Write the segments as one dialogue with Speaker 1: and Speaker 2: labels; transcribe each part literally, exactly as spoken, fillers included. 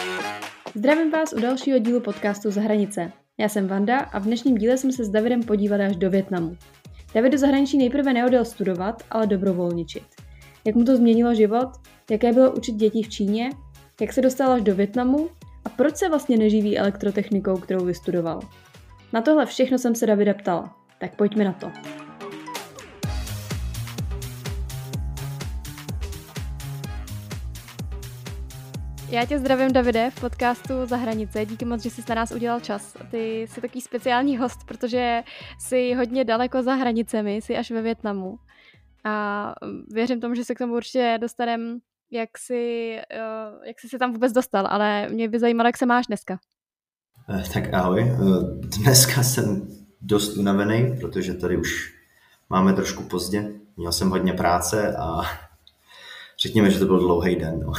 Speaker 1: Zdravím vás u dalšího dílu podcastu Za hranice. Já jsem Vanda a v dnešním díle jsme se s Davidem podívali až do Vietnamu. David do zahraničí nejprve neodjel studovat, ale dobrovolničit. Jak mu to změnilo život, jaké bylo učit děti v Číně, jak se dostal až do Vietnamu a proč se vlastně neživí elektrotechnikou, kterou vystudoval. Na tohle všechno jsem se Davida ptala, tak pojďme na to. Já tě zdravím, Davide, v podcastu Za hranice. Díky moc, že jsi na nás udělal čas. Ty jsi takový speciální host, protože jsi hodně daleko za hranicemi, jsi až ve Vietnamu. A věřím tomu, že se k tomu určitě dostaneme, jak jsi, jak jsi se tam vůbec dostal, ale mě by zajímalo, jak se máš dneska.
Speaker 2: Tak ahoj. Dneska jsem dost unavený, protože tady už máme trošku pozdě. Měl jsem hodně práce a řekněme, že to byl dlouhý den. No.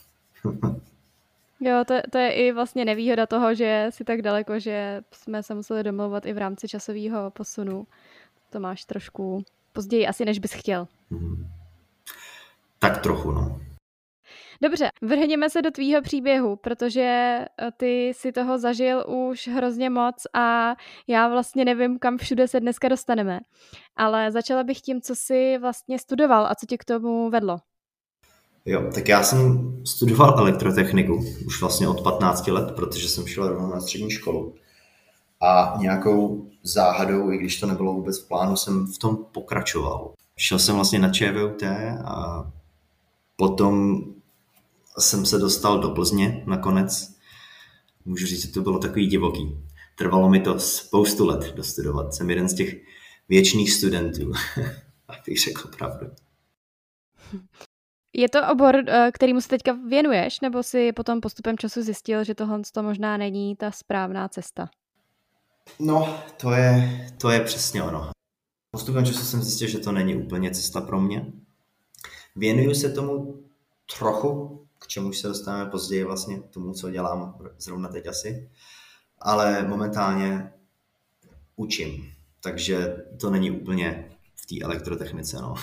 Speaker 1: Jo, to, to je i vlastně nevýhoda toho, že jsi tak daleko, že jsme se museli domlouvat i v rámci časového posunu. To máš trošku později asi, než bys chtěl.
Speaker 2: Hmm. Tak trochu, no.
Speaker 1: Dobře, vrhněme se do tvýho příběhu, protože ty si toho zažil už hrozně moc a já vlastně nevím, kam všude se dneska dostaneme. Ale začala bych tím, co jsi vlastně studoval a co tě k tomu vedlo.
Speaker 2: Jo, tak já jsem studoval elektrotechniku už vlastně od patnácti let, protože jsem šel rovnou na střední školu. A nějakou záhadou, i když to nebylo vůbec v plánu, jsem v tom pokračoval. Šel jsem vlastně na ČVUT a potom jsem se dostal do Plzně nakonec. Můžu říct, že to bylo takový divoký. Trvalo mi to spoustu let dostudovat. Jsem jeden z těch věčných studentů, abych řekl pravdu.
Speaker 1: Je to obor, kterýmu se teďka věnuješ, nebo si potom postupem času zjistil, že tohle to možná není ta správná cesta?
Speaker 2: No, to je, to je přesně ono. Postupem času jsem zjistil, že to není úplně cesta pro mě. Věnuju se tomu trochu, k čemu se dostaneme později vlastně, k tomu, co dělám zrovna teď asi. Ale momentálně učím, takže to není úplně v té elektrotechnice, no.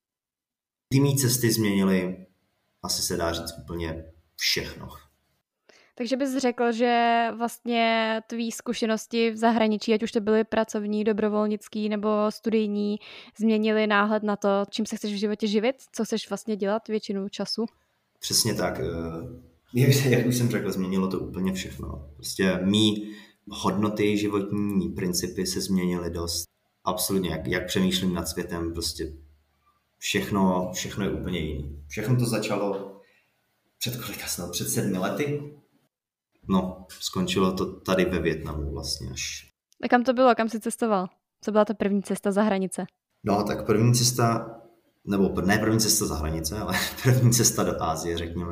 Speaker 2: Ty mý cesty změnily, asi se dá říct, úplně všechno.
Speaker 1: Takže bys řekl, že vlastně tvý zkušenosti v zahraničí, ať už to byly pracovní, dobrovolnický nebo studijní, změnily náhled na to, čím se chceš v životě živit? Co chceš vlastně dělat většinu času?
Speaker 2: Přesně tak. Jak, jak už jsem řekl, změnilo to úplně všechno. Prostě mý hodnoty životní, mý principy se změnily dost. Absolutně, jak, jak přemýšlím nad světem, prostě všechno, všechno je úplně jiný. Všechno to začalo před kolika snad, před sedmi lety. No, skončilo to tady ve Vietnamu vlastně až.
Speaker 1: A kam to bylo? Kam jsi cestoval? Co byla ta první cesta za hranice?
Speaker 2: No, tak první cesta, nebo ne první cesta za hranice, ale první cesta do Asie, řekněme,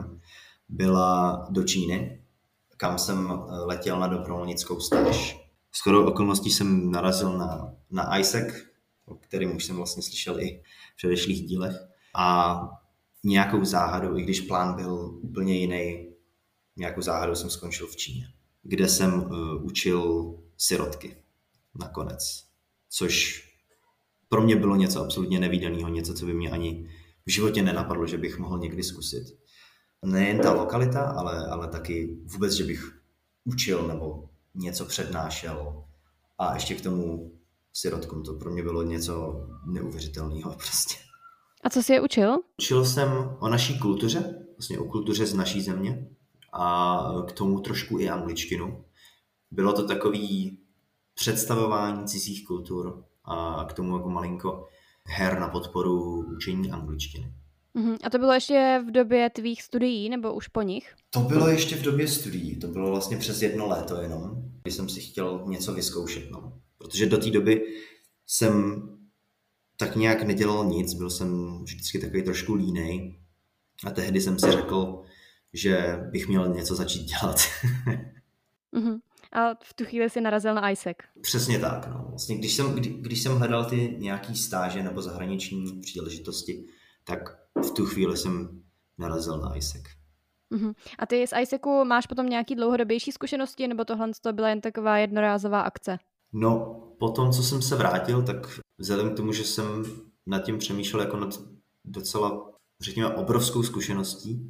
Speaker 2: byla do Číny, kam jsem letěl na dobrovolnickou stáž. Shodou okolností jsem narazil na, na I S E C, o kterém už jsem vlastně slyšel i v předešlých dílech. A nějakou záhadou, i když plán byl úplně jiný, nějakou záhadou jsem skončil v Číně, kde jsem uh, učil sirotky nakonec. Což pro mě bylo něco absolutně nevídaného, něco, co by mě ani v životě nenapadlo, že bych mohl někdy zkusit. Nejen ta lokalita, ale, ale taky vůbec, že bych učil nebo něco přednášel. A ještě k tomu sirotkům, to pro mě bylo něco neuvěřitelného prostě.
Speaker 1: A co jsi je učil?
Speaker 2: Učil jsem o naší kultuře, vlastně o kultuře z naší země a k tomu trošku i angličtinu. Bylo to takový představování cizích kultur a k tomu jako malinko her na podporu učení angličtiny.
Speaker 1: Uh-huh. A to bylo ještě v době tvých studií nebo už po nich?
Speaker 2: To bylo ještě v době studií, to bylo vlastně přes jedno léto jenom, když jsem si chtěl něco vyzkoušet. No. Protože do té doby jsem tak nějak nedělal nic, byl jsem vždycky takový trošku línej a tehdy jsem si řekl, že bych měl něco začít dělat.
Speaker 1: uh-huh. A v tu chvíli si narazil na I S E C.
Speaker 2: Přesně tak. No. Vlastně, když, jsem, kdy, když jsem hledal ty nějaký stáže nebo zahraniční příležitosti, tak v tu chvíli jsem narazil na I S E C.
Speaker 1: Uh-huh. A ty z I S E C máš potom nějaký dlouhodobější zkušenosti, nebo tohle to byla jen taková jednorázová akce?
Speaker 2: No, po tom, co jsem se vrátil, tak vzhledem k tomu, že jsem nad tím přemýšlel jako nad docela, řekněme, obrovskou zkušeností,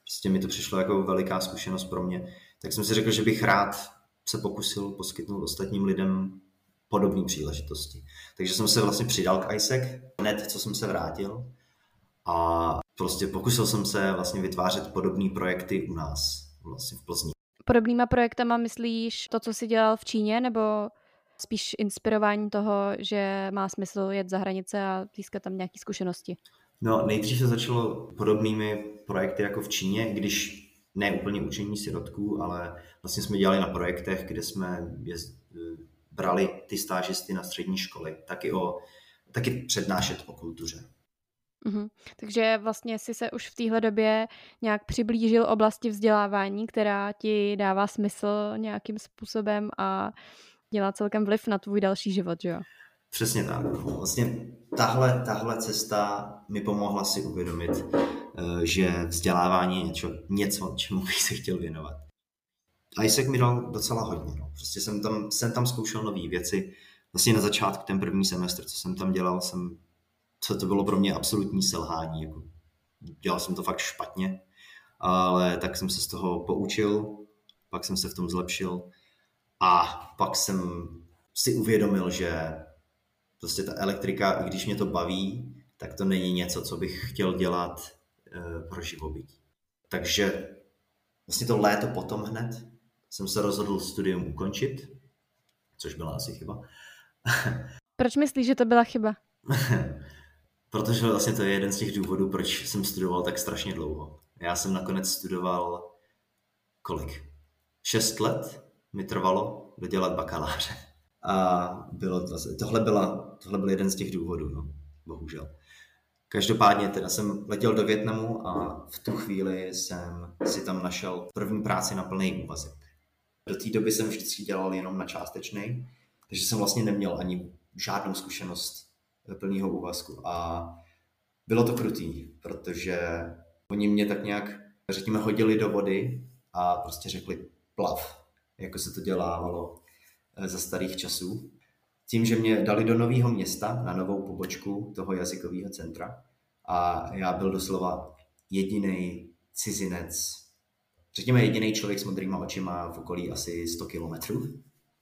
Speaker 2: Prostě mi to přišlo jako veliká zkušenost pro mě. Tak jsem si řekl, že bych rád se pokusil poskytnout ostatním lidem podobné příležitosti. Takže jsem se vlastně přidal k I S E C hned, co jsem se vrátil. A prostě pokusil jsem se vlastně vytvářet podobné projekty u nás, vlastně v Plzni.
Speaker 1: Podobnýma projektama myslíš to, co jsi dělal v Číně, nebo spíš inspirování toho, že má smysl jet za hranice a získat tam nějaké zkušenosti?
Speaker 2: No, nejdřív se začalo podobnými projekty jako v Číně, i když ne úplně učení sirotků, ale vlastně jsme dělali na projektech, kde jsme jezd, brali ty stážisty na střední školy, taky, o, taky přednášet o kultuře.
Speaker 1: Mhm. Takže vlastně jsi se už v téhle době nějak přiblížil oblasti vzdělávání, která ti dává smysl nějakým způsobem a dělá celkem vliv na tvůj další život, že jo?
Speaker 2: Přesně tak. Vlastně tahle, tahle cesta mi pomohla si uvědomit, že vzdělávání je něco, něco čemu bych se chtěl věnovat. A I S E C mi dal docela hodně. No. Prostě jsem tam, jsem tam zkoušel nové věci. Vlastně na začátku, ten první semestr, co jsem tam dělal, jsem, co to bylo pro mě absolutní selhání. Jako, dělal jsem to fakt špatně, ale tak jsem se z toho poučil, pak jsem se v tom zlepšil a pak jsem si uvědomil, že prostě ta elektrika, i když mě to baví, tak to není něco, co bych chtěl dělat e, pro živobytí. Takže vlastně to léto potom hned jsem se rozhodl studium ukončit, což byla asi chyba.
Speaker 1: Proč myslíš, že to byla chyba?
Speaker 2: Protože vlastně to je jeden z těch důvodů, proč jsem studoval tak strašně dlouho. Já jsem nakonec studoval kolik? Šest let mi trvalo dodělat bakaláře. A bylo to, tohle, byla, tohle byl jeden z těch důvodů, no, bohužel. Každopádně teda jsem letěl do Vietnamu a v tu chvíli jsem si tam našel první práci na plný úvazek. Do té doby jsem vždycky dělal jenom na částečný, takže jsem vlastně neměl ani žádnou zkušenost plného úvazku. A bylo to krutý, protože oni mě tak nějak, řekněme, hodili do vody a prostě řekli plav, jako se to dělávalo za starých časů. Tím, že mě dali do nového města, na novou pobočku toho jazykového centra a já byl doslova jediný cizinec, řekněme jediný člověk s modrýma očima v okolí asi sto kilometrů.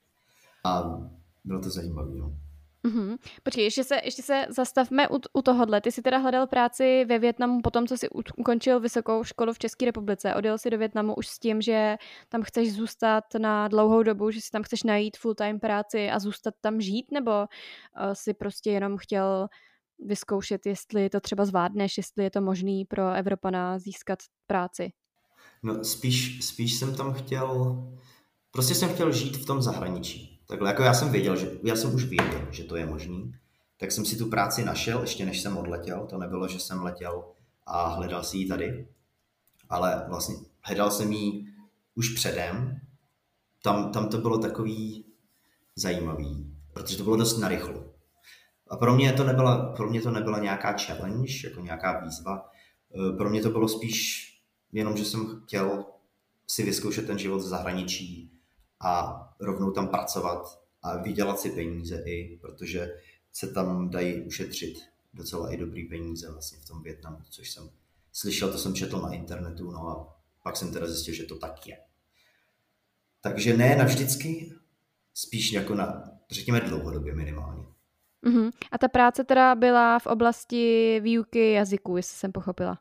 Speaker 2: A bylo to zajímavé. No.
Speaker 1: Mm-hmm. Počkej, ještě se, ještě se zastavme u, u tohohle. Ty jsi teda hledal práci ve Vietnamu po tom, co jsi ukončil vysokou školu v České republice. Odjel jsi do Vietnamu už s tím, že tam chceš zůstat na dlouhou dobu, že si tam chceš najít full-time práci a zůstat tam žít, nebo uh, si prostě jenom chtěl vyzkoušet, jestli to třeba zvládneš, jestli je to možný pro Evropana získat práci?
Speaker 2: No spíš, spíš jsem tam chtěl, prostě jsem chtěl žít v tom zahraničí. Takhle, jako já jsem věděl, že, já jsem už věděl, že to je možný, tak jsem si tu práci našel, ještě než jsem odletěl. To nebylo, že jsem letěl a hledal si ji tady, ale vlastně hledal jsem ji už předem. Tam, tam to bylo takový zajímavý, protože to bylo dost narychlo. A pro mě to nebyla, pro mě to nebyla nějaká challenge, jako nějaká výzva. Pro mě to bylo spíš jenom, že jsem chtěl si vyzkoušet ten život v zahraničí a rovnou tam pracovat a vydělat si peníze i, protože se tam dají ušetřit docela i dobrý peníze vlastně v tom Vietnamu, což jsem slyšel, to jsem četl na internetu, no a pak jsem teda zjistil, že to tak je. Takže ne navždycky, spíš jako na, řekněme, dlouhodobě minimálně.
Speaker 1: Uh-huh. A ta práce teda byla v oblasti výuky jazyků, jestli jsem pochopila.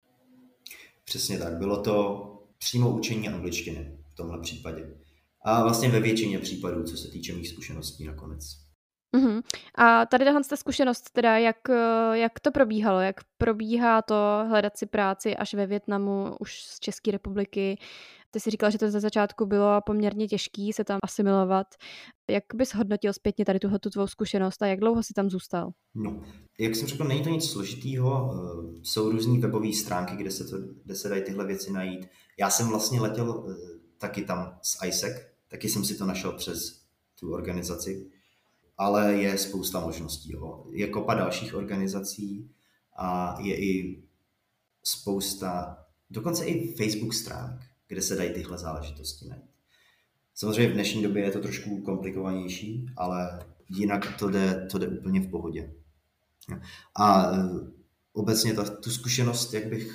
Speaker 2: Přesně tak, bylo to přímo učení angličtiny v tomhle případě. A vlastně ve většině případů, co se týče mých zkušeností nakonec.
Speaker 1: Uh-huh. A tady tahle ta zkušenost, teda jak, jak to probíhalo? Jak probíhá to hledat si práci až ve Vietnamu, už z České republiky? Ty jsi říkal, že to ze začátku bylo poměrně těžký se tam asimilovat. Jak bys hodnotil zpětně tady tuhle tvou zkušenost a jak dlouho jsi tam zůstal?
Speaker 2: No, jak jsem řekl, není to nic složitýho. Jsou různý webové stránky, kde se, to, kde se dají tyhle věci najít. Já jsem vlastně letěl taky tam z I S E C, taky jsem si to našel přes tu organizaci, ale je spousta možností. Jo. Je kopa dalších organizací a je i spousta, dokonce i Facebook stránek, kde se dají tyhle záležitosti najít. Samozřejmě v dnešní době je to trošku komplikovanější, ale jinak to jde, to jde úplně v pohodě. A obecně ta, tu zkušenost, jak bych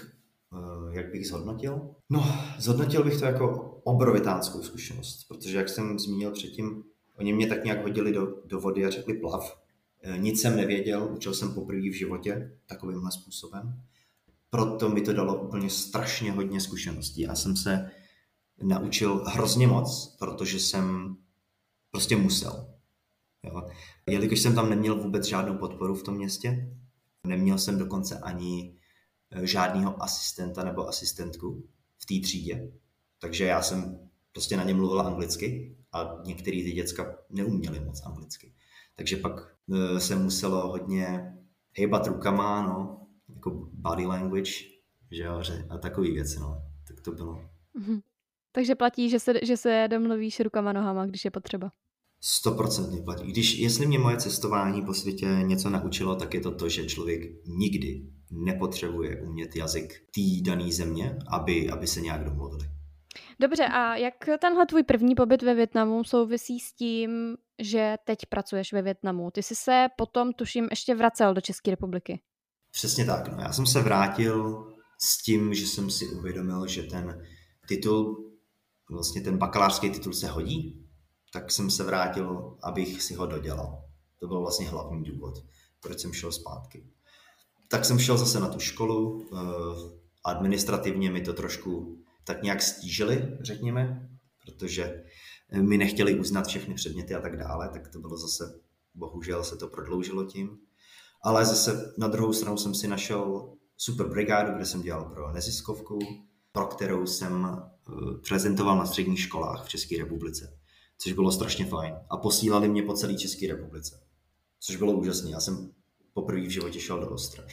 Speaker 2: Jak bych zhodnotil? No, zhodnotil bych to jako obrovitánskou zkušenost, protože jak jsem zmínil předtím, oni mě tak nějak hodili do, do vody a řekli plav. Nic jsem nevěděl, učil jsem poprvé v životě takovýmhle způsobem. Proto mi to dalo úplně strašně hodně zkušeností. Já jsem se naučil hrozně moc, protože jsem prostě musel. Jo. Jelikož jsem tam neměl vůbec žádnou podporu v tom městě, neměl jsem dokonce ani žádného asistenta nebo asistentku v té třídě, takže já jsem prostě na ně mluvil anglicky a některý ty děcka neuměli moc anglicky. Takže pak se muselo hodně hejbat rukama, no, jako body language, že jo, a takový věci, no, tak to bylo.
Speaker 1: Mm-hmm. Takže platí, že se, že se domluvíš rukama, nohama, když je potřeba.
Speaker 2: Stoprocentně platí. Když, jestli mě moje cestování po světě něco naučilo, tak je to to, že člověk nikdy nepotřebuje umět jazyk té dané země, aby, aby se nějak domluvili.
Speaker 1: Dobře, a jak tenhle tvůj první pobyt ve Vietnamu souvisí s tím, že teď pracuješ ve Vietnamu? Ty jsi se potom, tuším, ještě vracel do České republiky.
Speaker 2: Přesně tak. No. Já jsem se vrátil s tím, že jsem si uvědomil, že ten titul, vlastně ten bakalářský titul se hodí, tak jsem se vrátil, abych si ho dodělal. To byl vlastně hlavní důvod, proč jsem šel zpátky. Tak jsem šel zase na tu školu, administrativně mi to trošku tak nějak stížili, řekněme, protože mi nechtěli uznat všechny předměty a tak dále, tak to bylo zase, bohužel se to prodloužilo tím. Ale zase na druhou stranu jsem si našel super brigádu, kde jsem dělal pro neziskovku, pro kterou jsem prezentoval na středních školách v České republice, což bylo strašně fajn. A posílali mě po celé České republice, což bylo úžasné. Já jsem poprvé v životě šel do Ostravy.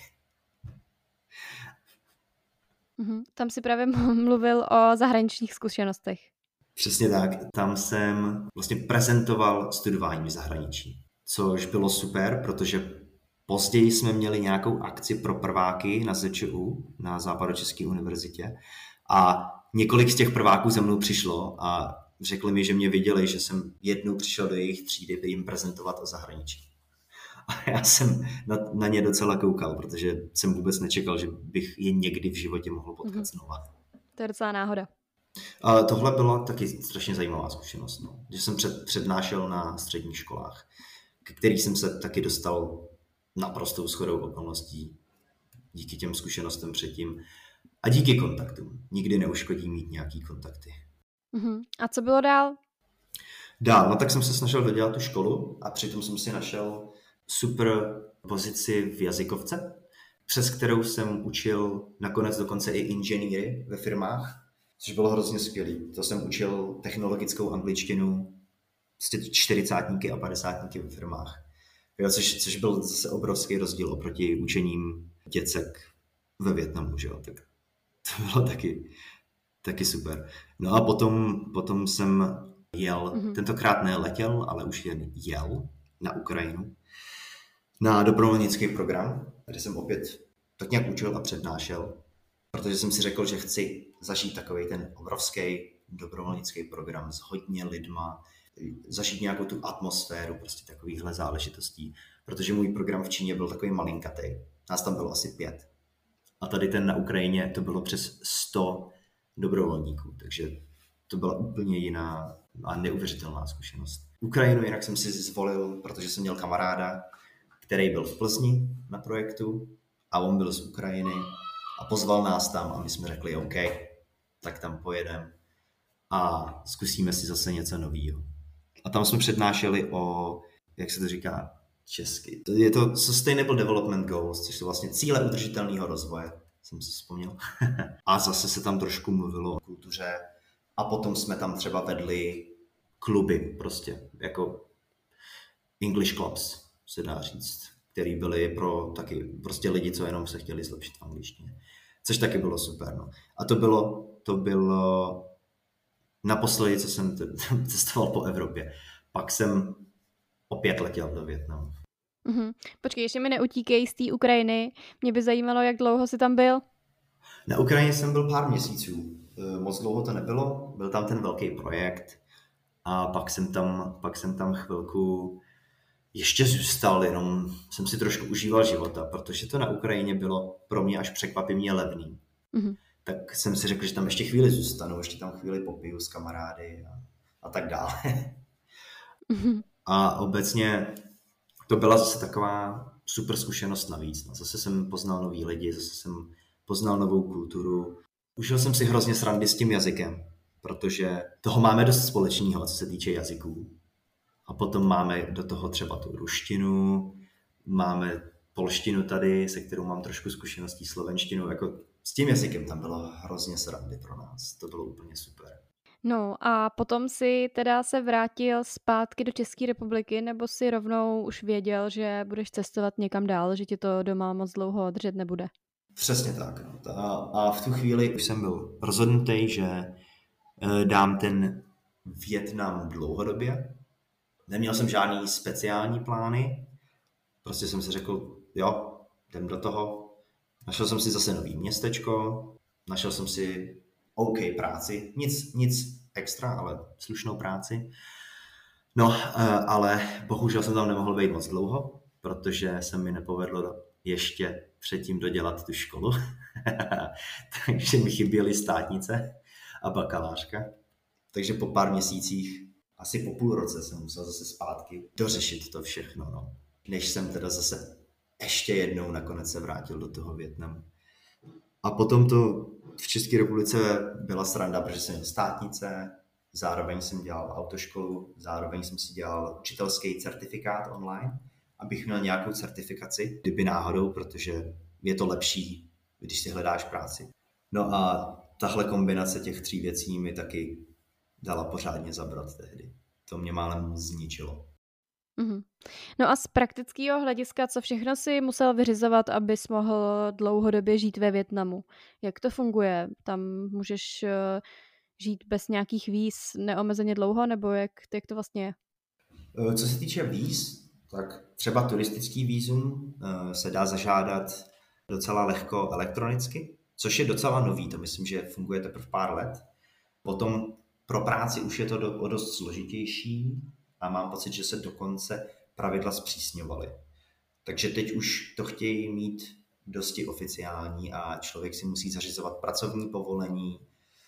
Speaker 1: Mm-hmm. Tam si právě mluvil o zahraničních zkušenostech.
Speaker 2: Přesně tak. Tam jsem vlastně prezentoval studování v zahraničí, což bylo super, protože později jsme měli nějakou akci pro prváky na Z Č U, na Západočeské univerzitě, a několik z těch prváků za mnou přišlo a řekli mi, že mě viděli, že jsem jednou přišel do jejich třídy jim prezentovat o zahraničí. A já jsem na, na ně docela koukal, protože jsem vůbec nečekal, že bych je někdy v životě mohl potkat mm-hmm. znova.
Speaker 1: To je docela náhoda.
Speaker 2: A tohle byla taky strašně zajímavá zkušenost, no. Že jsem před, přednášel na středních školách, ke kterých jsem se taky dostal naprostou shodou okolností díky těm zkušenostem předtím a díky kontaktům. Nikdy neuškodí mít nějaký kontakty.
Speaker 1: Mm-hmm. A co bylo dál?
Speaker 2: Dál, no tak jsem se snažil dodělat tu školu a přitom jsem si našel super pozici v jazykovce, přes kterou jsem učil nakonec dokonce i inženýry ve firmách, což bylo hrozně skvělý. To jsem učil technologickou angličtinu, prostě čtyřicátníky a padesátníky ve firmách. Jo, což, což byl zase obrovský rozdíl oproti učením děcek ve Vietnamu, že jo, tak to bylo taky, taky super. No a potom, potom jsem jel, mm-hmm. tentokrát neletěl, ale už jen jel na Ukrajinu na dobrovolnický program, kde jsem opět tak nějak učil a přednášel, protože jsem si řekl, že chci zažít takový ten obrovský dobrovolnický program s hodně lidma, zažít nějakou tu atmosféru, prostě takovýchhle záležitostí, protože můj program v Číně byl takový malinkatej. Nás tam bylo asi pět. A tady ten na Ukrajině to bylo přes sto dobrovolníků, takže to byla úplně jiná a neuvěřitelná zkušenost. Ukrajinu jinak jsem si zvolil, protože jsem měl kamaráda, který byl v Plzni na projektu a on byl z Ukrajiny a pozval nás tam a my jsme řekli OK, tak tam pojedeme a zkusíme si zase něco nového. A tam jsme přednášeli o, jak se to říká česky, je to Sustainable Development Goals, což jsou vlastně cíle udržitelného rozvoje, jsem si vzpomněl. A zase se tam trošku mluvilo o kultuře a potom jsme tam třeba vedli kluby prostě, jako English clubs, se dá říct, který byly pro taky prostě lidi, co jenom se chtěli zlepšit v angličtině. Což taky bylo super, no. A to bylo, to bylo naposledy, co jsem cestoval po Evropě. Pak jsem opět letěl do Vietnamu.
Speaker 1: Mm-hmm. Počkej, ještě mi neutíkej z té Ukrajiny. Mě by zajímalo, jak dlouho jsi tam byl?
Speaker 2: Na Ukrajině jsem byl pár měsíců. Moc dlouho to nebylo. Byl tam ten velký projekt a pak jsem tam, pak jsem tam chvilku ještě zůstal, jenom jsem si trošku užíval života, protože to na Ukrajině bylo pro mě až překvapivně levný. Mm-hmm. tak jsem si řekl, že tam ještě chvíli zůstanu, ještě tam chvíli popiju s kamarády a, a tak dále. A obecně to byla zase taková super zkušenost navíc. No. Zase jsem poznal nový lidi, zase jsem poznal novou kulturu. Užil jsem si hrozně srandy s tím jazykem, protože toho máme dost společného, co se týče jazyků. A potom máme do toho třeba tu ruštinu, máme polštinu tady, se kterou mám trošku zkušeností, slovenštinu. Jako s tím jazykem tam bylo hrozně srandy pro nás. To bylo úplně super.
Speaker 1: No a potom si teda se vrátil zpátky do České republiky, nebo si rovnou už věděl, že budeš cestovat někam dál, že ti to doma moc dlouho držet nebude?
Speaker 2: Přesně tak. No. A, a v tu chvíli už jsem byl rozhodnutý, že e, dám ten Vietnam dlouhodobě. Neměl jsem žádný speciální plány. Prostě jsem si řekl, jo, jdem do toho. Našel jsem si zase nový městečko, našel jsem si OK práci, nic, nic extra, ale slušnou práci. No, ale bohužel jsem tam nemohl být moc dlouho, protože se mi nepovedlo ještě předtím dodělat tu školu. Takže mi chyběly státnice a bakalářka. Takže po pár měsících, asi po půl roce jsem musel zase zpátky dořešit to všechno, no. Než jsem teda zase ještě jednou nakonec se vrátil do toho Vietnamu. A potom to v České republice byla sranda, protože jsem měl státnice, zároveň jsem dělal autoškolu, zároveň jsem si dělal učitelský certifikát online, abych měl nějakou certifikaci, kdyby náhodou, protože je to lepší, když si hledáš práci. No a tahle kombinace těch tří věcí mi taky dala pořádně zabrat tehdy. To mě málem zničilo.
Speaker 1: Mm-hmm. No a z praktického hlediska, co všechno si musel vyřizovat, abys mohl dlouhodobě žít ve Vietnamu? Jak to funguje? Tam můžeš uh, žít bez nějakých víz neomezeně dlouho, nebo jak, jak to vlastně je?
Speaker 2: Co se týče víz, tak třeba turistický vízum uh, se dá zažádat docela lehko elektronicky, což je docela nový, to myslím, že funguje teprve pár let. Potom pro práci už je to do, o dost složitější, a mám pocit, že se dokonce pravidla zpřísňovaly. Takže teď už to chtějí mít dosti oficiální a člověk si musí zařizovat pracovní povolení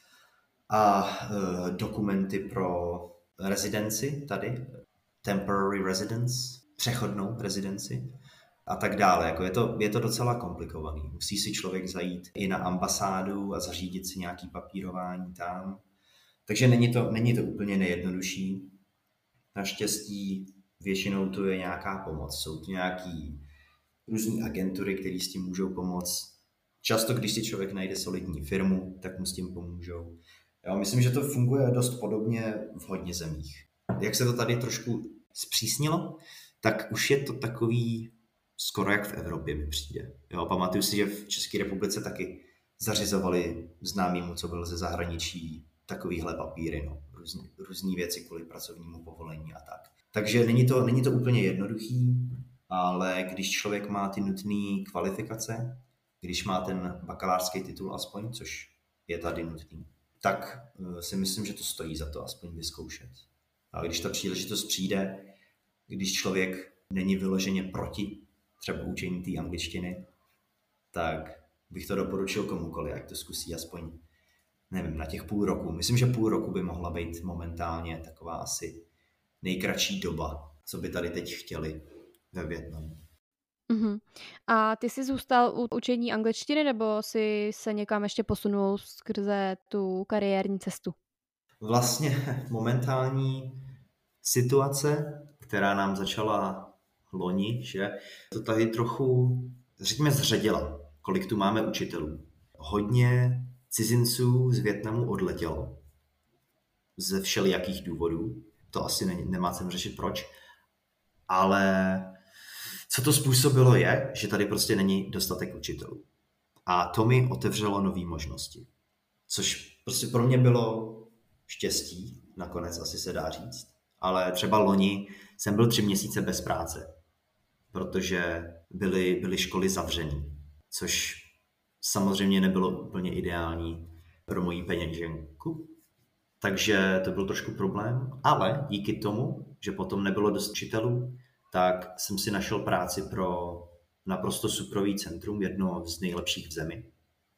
Speaker 2: a e, dokumenty pro rezidenci tady, temporary residence, přechodnou rezidenci a tak dále. Jako je, to, je to docela komplikovaný. Musí si člověk zajít i na ambasádu a zařídit si nějaký papírování tam. Takže není to, není to úplně nejjednodušší. Naštěstí většinou to je nějaká pomoc. Jsou to nějaký různý agentury, které s tím můžou pomoct. Často, když si člověk najde solidní firmu, tak mu s tím pomůžou. Já myslím, že to funguje dost podobně v hodně zemích. Jak se to tady trošku zpřísnilo, tak už je to takový skoro jak v Evropě mi přijde. Jo, pamatuju si, že v České republice taky zařizovali známýmu, co byl ze zahraničí, takovýhle papíry, no, různý, různý věci kvůli pracovnímu povolení a tak. Takže není to, není to úplně jednoduchý, ale když člověk má ty nutné kvalifikace, když má ten bakalářský titul aspoň, což je tady nutný, tak si myslím, že to stojí za to aspoň vyzkoušet. Ale když ta příležitost přijde, když člověk není vyloženě proti třeba učení té angličtiny, tak bych to doporučil komukoli, ať to zkusí aspoň, nevím, na těch půl roku. Myslím, že půl roku by mohla být momentálně taková asi nejkratší doba, co by tady teď chtěli ve Vietnamu.
Speaker 1: Uh-huh. A ty jsi zůstal u učení angličtiny, nebo jsi se někam ještě posunul skrze tu kariérní cestu?
Speaker 2: Vlastně momentální situace, která nám začala loni, že to tady trochu, řekněme, zředila, kolik tu máme učitelů. Hodně cizinců z Vietnamu odletělo ze všelijakých důvodů. To asi ne, nemá cenu řešit proč, ale co to způsobilo je, že tady prostě není dostatek učitelů. A to mi otevřelo nové možnosti. Což prostě pro mě bylo štěstí, nakonec asi se dá říct. Ale třeba loni jsem byl tři měsíce bez práce, protože byly, byly školy zavřený, což samozřejmě nebylo úplně ideální pro moji peněženku. Takže to byl trošku problém, ale díky tomu, že potom nebylo dost učitelů, tak jsem si našel práci pro naprosto suprový centrum, jedno z nejlepších v zemi.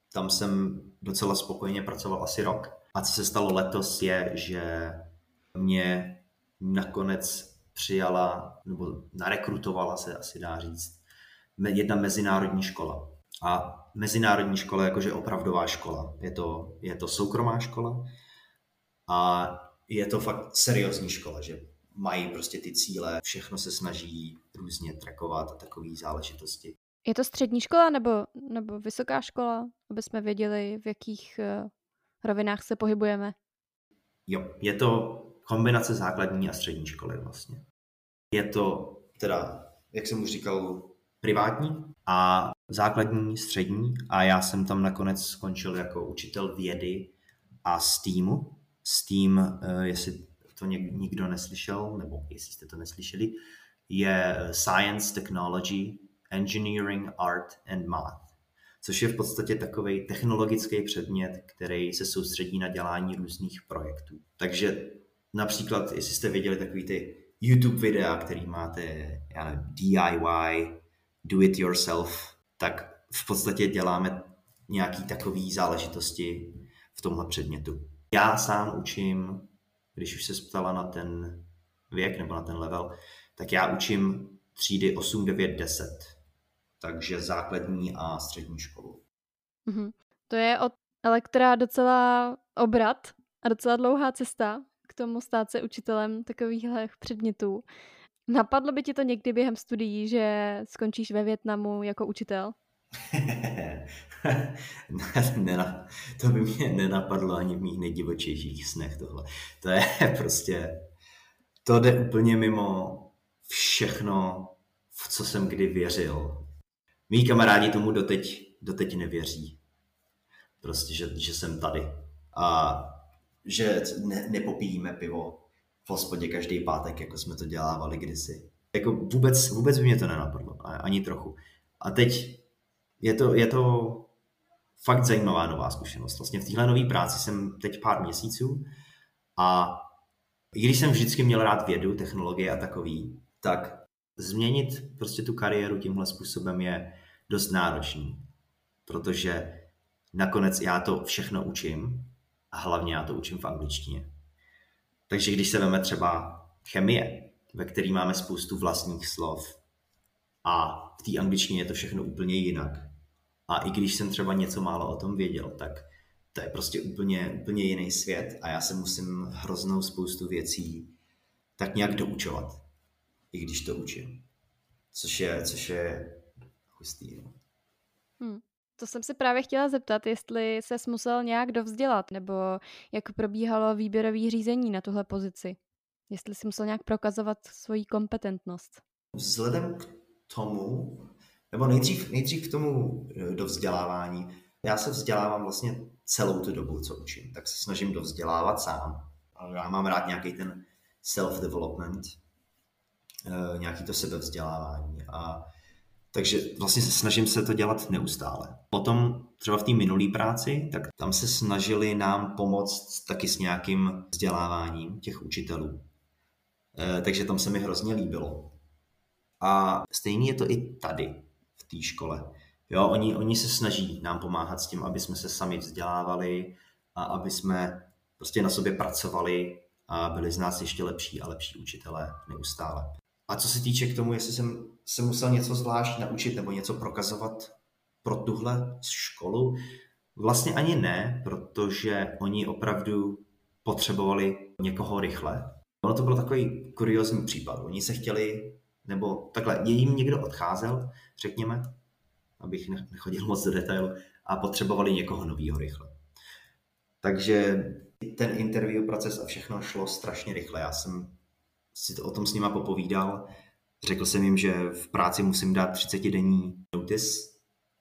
Speaker 2: Tam jsem docela spokojeně pracoval asi rok. A co se stalo letos je, že mě nakonec přijala, nebo narekrutovala se, asi dá říct, jedna mezinárodní škola. A mezinárodní škola je jakože opravdová škola. Je to, je to soukromá škola a je to fakt seriózní škola, že mají prostě ty cíle, všechno se snaží různě trackovat a takové záležitosti.
Speaker 1: Je to střední škola nebo, nebo vysoká škola, aby jsme věděli, v jakých uh, rovinách se pohybujeme?
Speaker 2: Jo, je to kombinace základní a střední školy vlastně. Je to teda, jak jsem už říkal, privátní a základní, střední a já jsem tam nakonec skončil jako učitel vědy a STEAMu. STEAM, jestli to nikdo neslyšel, nebo jestli jste to neslyšeli, je Science, Technology, Engineering, Art and Math, což je v podstatě takový technologický předmět, který se soustředí na dělání různých projektů. Takže například, jestli jste viděli takový ty YouTube videa, který máte, já nevím, D I Y, do it yourself, tak v podstatě děláme nějaký takový záležitosti v tomhle předmětu. Já sám učím, když už se ptala na ten věk nebo na ten level, tak já učím třídy osm, devět, deset. Takže základní a střední školu.
Speaker 1: Mm-hmm. To je od elektra docela obrat a docela dlouhá cesta k tomu stát se učitelem takovýchhle předmětů. Napadlo by ti to někdy během studií, že skončíš ve Vietnamu jako učitel?
Speaker 2: ne, to by mě nenapadlo ani v mých nejdivočejších snech tohle. To je prostě, to jde úplně mimo všechno, v co jsem kdy věřil. Mí kamarádi tomu doteď, doteď nevěří. Prostě, že, že jsem tady. A že ne, nepopijíme pivo v hospodě každý pátek, jako jsme to dělávali kdysi. Jako vůbec, vůbec by mě to nenapadlo, ani trochu. A teď je to, je to fakt zajímavá nová zkušenost. Vlastně v téhle nové práci jsem teď pár měsíců a i když jsem vždycky měl rád vědu, technologie a takový, tak změnit prostě tu kariéru tímhle způsobem je dost náročný, protože nakonec já to všechno učím a hlavně já to učím v angličtině. Takže když se veme třeba chemie, ve které máme spoustu vlastních slov a v té angličtině je to všechno úplně jinak. A i když jsem třeba něco málo o tom věděl, tak to je prostě úplně, úplně jiný svět a já se musím hroznou spoustu věcí tak nějak doučovat, i když to učím. Což je, což je hustý. No.
Speaker 1: Hmm. To jsem se právě chtěla zeptat, jestli ses musel nějak dovzdělat, nebo jak probíhalo výběrové řízení na tuhle pozici. Jestli jsi musel nějak prokazovat svoji kompetentnost.
Speaker 2: Vzhledem k tomu, nebo nejdřív, nejdřív k tomu dovzdělávání, já se vzdělávám vlastně celou tu dobu, co učím, tak se snažím dovzdělávat sám. Já mám rád nějaký ten self-development, nějaký to sebevzdělávání a takže vlastně se snažím se to dělat neustále. Potom třeba v té minulé práci, tak tam se snažili nám pomoct taky s nějakým vzděláváním těch učitelů. E, takže tam se mi hrozně líbilo. A stejně je to i tady, v té škole. Jo, oni, oni se snaží nám pomáhat s tím, aby jsme se sami vzdělávali a aby jsme prostě na sobě pracovali a byli z nás ještě lepší a lepší učitelé neustále. A co se týče k tomu, jestli jsem se musel něco zvlášť naučit nebo něco prokazovat pro tuhle školu, vlastně ani ne, protože oni opravdu potřebovali někoho rychle. Ono to byl takový kuriózní případ. Oni se chtěli, nebo takhle, jim někdo odcházel, řekněme, abych nechodil moc do detailu, a potřebovali někoho novýho rychle. Takže ten interview proces a všechno šlo strašně rychle. Já jsem si to o tom s nima popovídal. Řekl jsem jim, že v práci musím dát třicetidenní notice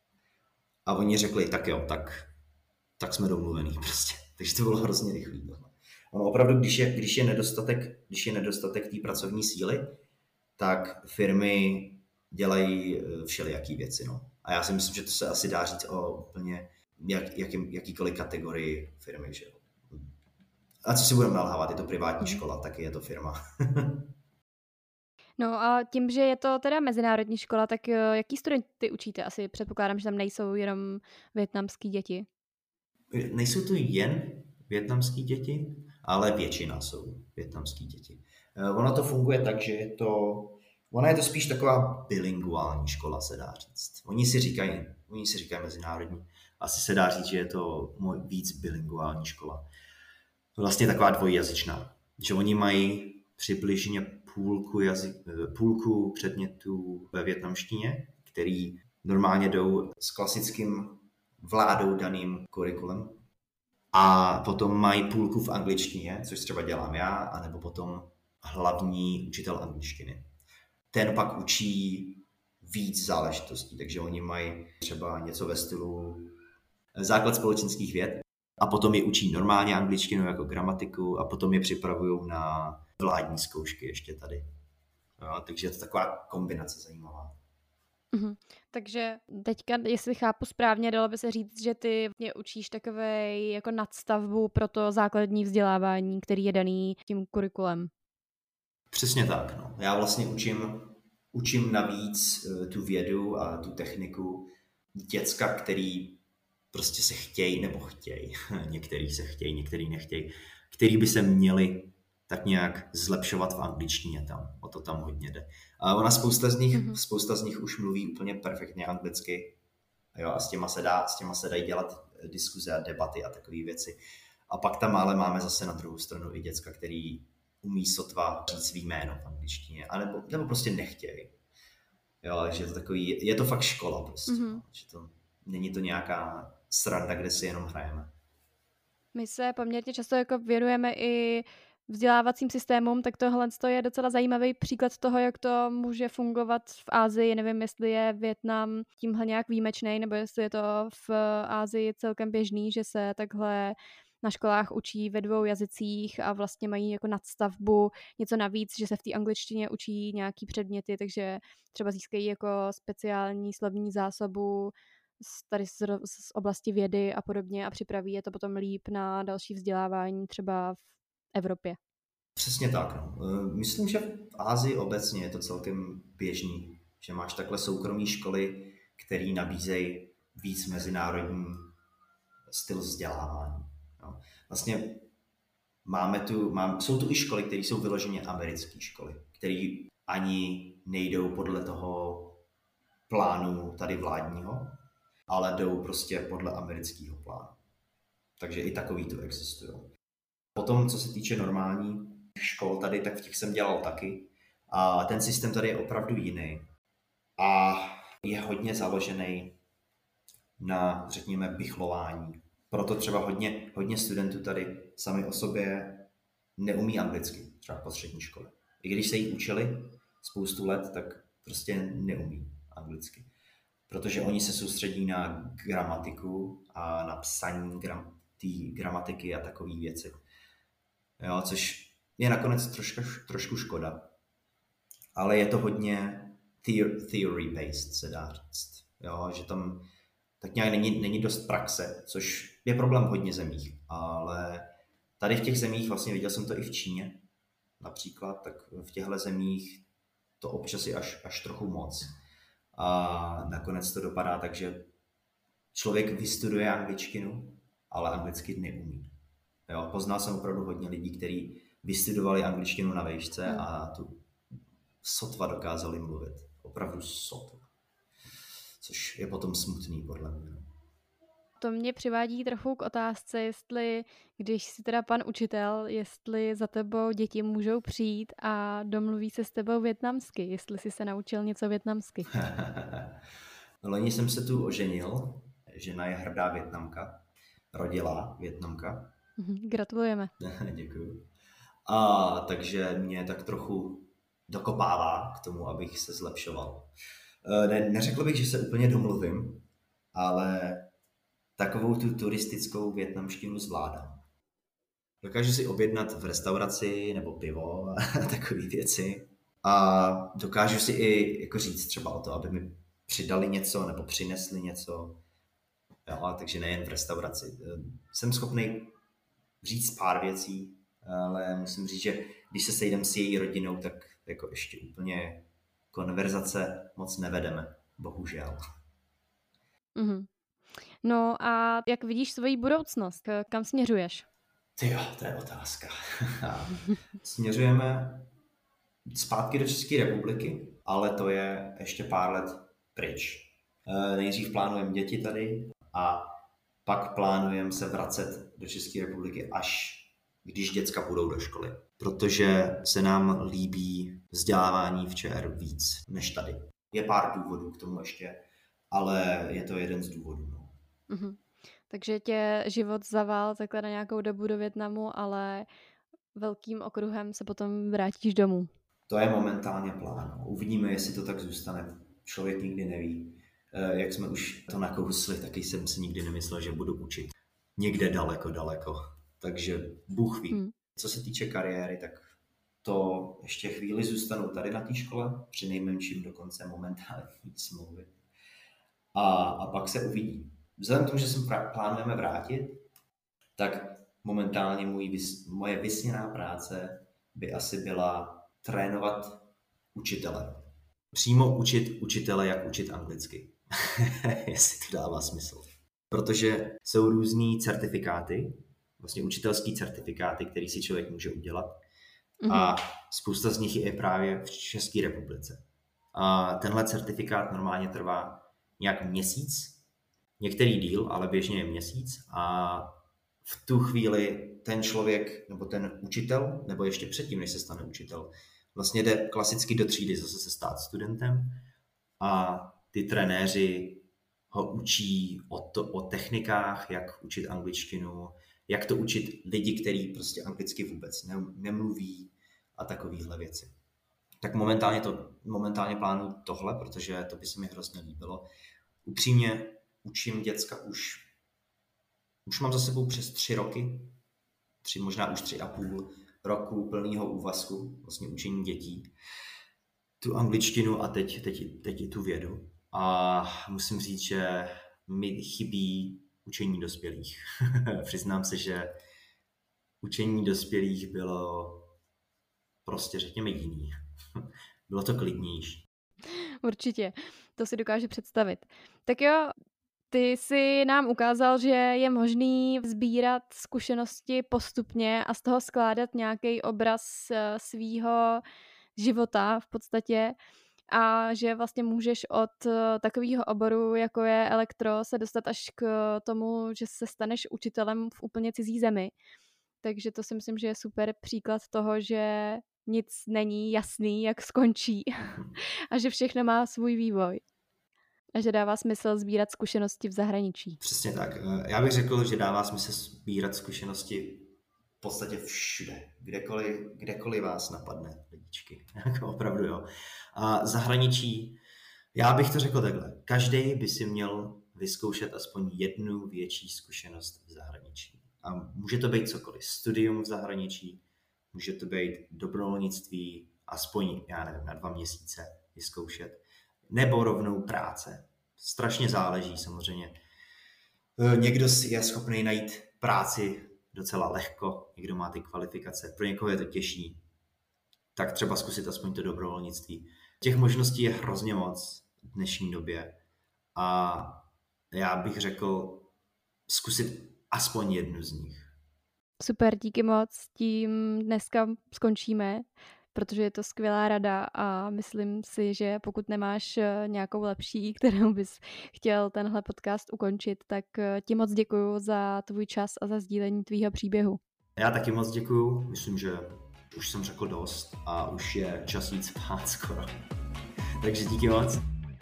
Speaker 2: a oni řekli, tak jo, tak, tak jsme domluvený prostě. Takže to bylo hrozně rychlý. Ono opravdu, když je, když je nedostatek, když je nedostatek té pracovní síly, tak firmy dělají všelijaký věci. No. A já si myslím, že to se asi dá říct o úplně jak, jaký, jakýkoliv kategorii firmy. Že jo. A co si budeme nalhávat, je to privátní škola, taky je to firma.
Speaker 1: No a tím, že je to teda mezinárodní škola, tak jaký studenty učíte? Asi předpokládám, že tam nejsou jenom vietnamský děti.
Speaker 2: Nejsou to jen vietnamský děti, ale většina jsou vietnamský děti. Ono to funguje tak, že je to, ona je to spíš taková bilinguální škola, se dá říct. Oni si říkají, oni si říkají mezinárodní. Asi se dá říct, že je to víc bilinguální škola. Vlastně taková dvojjazyčná. Že oni mají přibližně půlku, jazyk, půlku předmětů ve vietnamštině, který normálně jdou s klasickým vládou daným kurikulem. A potom mají půlku v angličtině, což třeba dělám já, anebo potom hlavní učitel angličtiny. Ten pak učí víc záležitostí, takže oni mají třeba něco ve stylu základ společenských věd a potom je učí normálně angličtinu jako gramatiku a potom je připravují na vládní zkoušky ještě tady. No, takže je to taková kombinace zajímavá.
Speaker 1: Mhm. Takže teďka, jestli chápu správně, dalo by se říct, že ty mě učíš takové jako nadstavbu pro to základní vzdělávání, který je daný tím kurikulem.
Speaker 2: Přesně tak. No. Já vlastně učím, učím navíc tu vědu a tu techniku děcka, který prostě se chtějí nebo chtějí. Některý se chtějí, některý nechtějí. Který by se měli tak nějak zlepšovat v angličtině tam. O to tam hodně jde. A ona spousta z nich, mm-hmm. spousta z nich už mluví úplně perfektně anglicky. Jo, a s těma se dá, s těma se dají dělat diskuze a debaty a takové věci. A pak tam ale máme zase na druhou stranu i děcka, který umí sotva říct svý jméno v angličtině, anebo, nebo prostě nechtějí. Jo, že je to takový, je to fakt škola prostě. Mm-hmm. Že to, není to nějaká sranda, kde si jenom hrajeme.
Speaker 1: My se poměrně často jako věnujeme i vzdělávacím systémům, tak tohle je docela zajímavý příklad toho, jak to může fungovat v Asii. Nevím, jestli je Vietnam tímhle nějak výjimečný, nebo jestli je to v Asii celkem běžný, že se takhle na školách učí ve dvou jazycích a vlastně mají jako nadstavbu něco navíc, že se v té angličtině učí nějaký předměty, takže třeba získají jako speciální slovní zásobu z, tady z, z oblasti vědy a podobně a připraví je to potom líp na další vzdělávání třeba v Evropě.
Speaker 2: Přesně tak. No. Myslím, že v Asii obecně je to celkem běžný, že máš takhle soukromé školy, které nabízejí víc mezinárodní styl vzdělávání. No. Vlastně máme tu, mám, jsou tu i školy, které jsou vyloženě americké školy, které ani nejdou podle toho plánu tady vládního, ale jdou prostě podle amerického plánu. Takže i takový tu existují. Potom, co se týče normální škol tady, tak v těch jsem dělal taky. A ten systém tady je opravdu jiný. A je hodně založený na, řekněme, bichlování. Proto třeba hodně, hodně studentů tady sami o sobě neumí anglicky, třeba po střední škole. I když se jí učili spoustu let, tak prostě neumí anglicky. Protože oni se soustředí na gramatiku a na psaní gram, té gramatiky a takové věci. Jo, což je nakonec trošku, trošku škoda. Ale je to hodně theory-based, se dá říct. Jo, že tam tak nějak není, není dost praxe, což je problém v hodně zemích. Ale tady v těch zemích, vlastně viděl jsem to i v Číně například, tak v těchto zemích to občas je až, až trochu moc. A nakonec to dopadá tak, že člověk vystuduje angličtinu, ale anglicky neumí. Jo, poznal jsem opravdu hodně lidí, kteří vystudovali angličtinu na vejšce a tu sotva dokázali mluvit. Opravdu sotva. Což je potom smutný, podle mě.
Speaker 1: To mě přivádí trochu k otázce, jestli, když jsi teda pan učitel, jestli za tebou děti můžou přijít a domluví se s tebou vietnamsky, jestli jsi se naučil něco vietnamsky.
Speaker 2: Loni jsem se tu oženil, žena je hrdá Vietnamka, rodilá Vietnamka.
Speaker 1: Gratulujeme.
Speaker 2: Děkuju. A takže mě tak trochu dokopává k tomu, abych se zlepšoval. Ne, neřekl bych, že se úplně domluvím, ale takovou tu turistickou vietnamštinu zvládám. Dokážu si objednat v restauraci nebo pivo a takové věci. A dokážu si i jako říct třeba o to, aby mi přidali něco nebo přinesli něco. Jo, takže nejen v restauraci. Jsem schopný říct pár věcí, ale musím říct, že když se sejdem s její rodinou, tak jako ještě úplně konverzace moc nevedeme, bohužel.
Speaker 1: Mm-hmm. No a jak vidíš svoji budoucnost? Kam směřuješ?
Speaker 2: Tyjo, to je otázka. Směřujeme zpátky do České republiky, ale to je ještě pár let pryč. Nejdřív plánujeme děti tady a pak plánujeme se vracet do České republiky, až když děcka půjdou do školy. Protože se nám líbí vzdělávání v ČR víc než tady. Je pár důvodů k tomu ještě, ale je to jeden z důvodů. No.
Speaker 1: Mm-hmm. Takže tě život zaval takhle na nějakou dobu do Vietnamu, ale velkým okruhem se potom vrátíš domů.
Speaker 2: To je momentálně plán. Uvidíme, jestli to tak zůstane. Člověk nikdy neví. Jak jsme už to nakousli, taky jsem si nikdy nemyslel, že budu učit někde daleko, daleko. Takže Bůh ví. Hmm. Co se týče kariéry, tak to ještě chvíli zůstanu tady na té škole, při nejmenším dokonce momentální smlouvy. A, a pak se uvidí. Vzhledem k tomu, že se plánujeme vrátit, tak momentálně můj, moje vysněná práce by asi byla trénovat učitele. Přímo učit učitele, jak učit anglicky. Jestli to dává smysl. Protože jsou různý certifikáty, vlastně učitelský certifikáty, který si člověk může udělat. Mm-hmm. A spousta z nich je právě v České republice. A tenhle certifikát normálně trvá nějak měsíc, některý díl, ale běžně je měsíc. A v tu chvíli ten člověk, nebo ten učitel, nebo ještě předtím, než se stane učitel, vlastně jde klasicky do třídy zase se stát studentem a ty trenéři ho učí o, to, o technikách, jak učit angličtinu, jak to učit lidi, kteří prostě anglicky vůbec ne, nemluví a takovéhle věci. Tak momentálně, to, momentálně plánuju tohle, protože to by se mi hrozně líbilo. Upřímně učím děcka už, už mám za sebou přes tři roky, tři, možná už tři a půl roku plného úvazku, vlastně učení dětí, tu angličtinu a teď, teď, teď i tu vědu. A musím říct, že mi chybí učení dospělých. Přiznám se, že učení dospělých bylo prostě, řekněme, jiný. Bylo to klidnější.
Speaker 1: Určitě, to si dokážu představit. Tak jo, ty jsi nám ukázal, že je možný sbírat zkušenosti postupně a z toho skládat nějaký obraz svýho života v podstatě a že vlastně můžeš od takového oboru, jako je elektro, se dostat až k tomu, že se staneš učitelem v úplně cizí zemi. Takže to si myslím, že je super příklad toho, že nic není jasný, jak skončí a že všechno má svůj vývoj. A že dává smysl sbírat zkušenosti v zahraničí.
Speaker 2: Přesně tak. Já bych řekl, že dává smysl sbírat zkušenosti v podstatě všude. Kdekoliv, kdekoliv vás napadne, lidičky. Opravdu jo. A zahraničí, já bych to řekl takhle. Každý by si měl vyzkoušet aspoň jednu větší zkušenost v zahraničí. A může to být cokoliv. Studium v zahraničí, může to být dobrovolnictví, aspoň, já nevím, na dva měsíce vyzkoušet. Nebo rovnou práce. Strašně záleží samozřejmě. Někdo je schopný najít práci docela lehko, někdo má ty kvalifikace, pro někoho je to těžší. Tak třeba zkusit aspoň to dobrovolnictví. Těch možností je hrozně moc v dnešní době a já bych řekl zkusit aspoň jednu z nich.
Speaker 1: Super, díky moc. Tím dneska skončíme, protože je to skvělá rada a myslím si, že pokud nemáš nějakou lepší, kterou bys chtěl tenhle podcast ukončit, tak ti moc děkuju za tvůj čas a za sdílení tvýho příběhu.
Speaker 2: Já taky moc děkuju. Myslím, že už jsem řekl dost a už je čas jít spát skoro. Takže díky moc.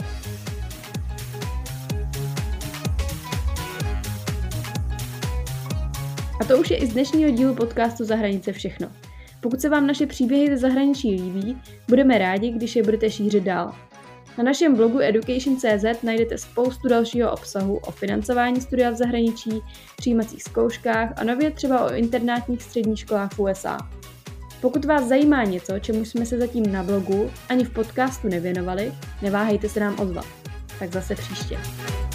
Speaker 1: A to už je i z dnešního dílu podcastu Za hranice všechno. Pokud se vám naše příběhy ze zahraničí líbí, budeme rádi, když je budete šířit dál. Na našem blogu education tečka cé zet najdete spoustu dalšího obsahu o financování studia v zahraničí, přijímacích zkouškách a nově třeba o internátních středních školách v U S A. Pokud vás zajímá něco, čemu jsme se zatím na blogu ani v podcastu nevěnovali, neváhejte se nám ozvat. Tak zase příště.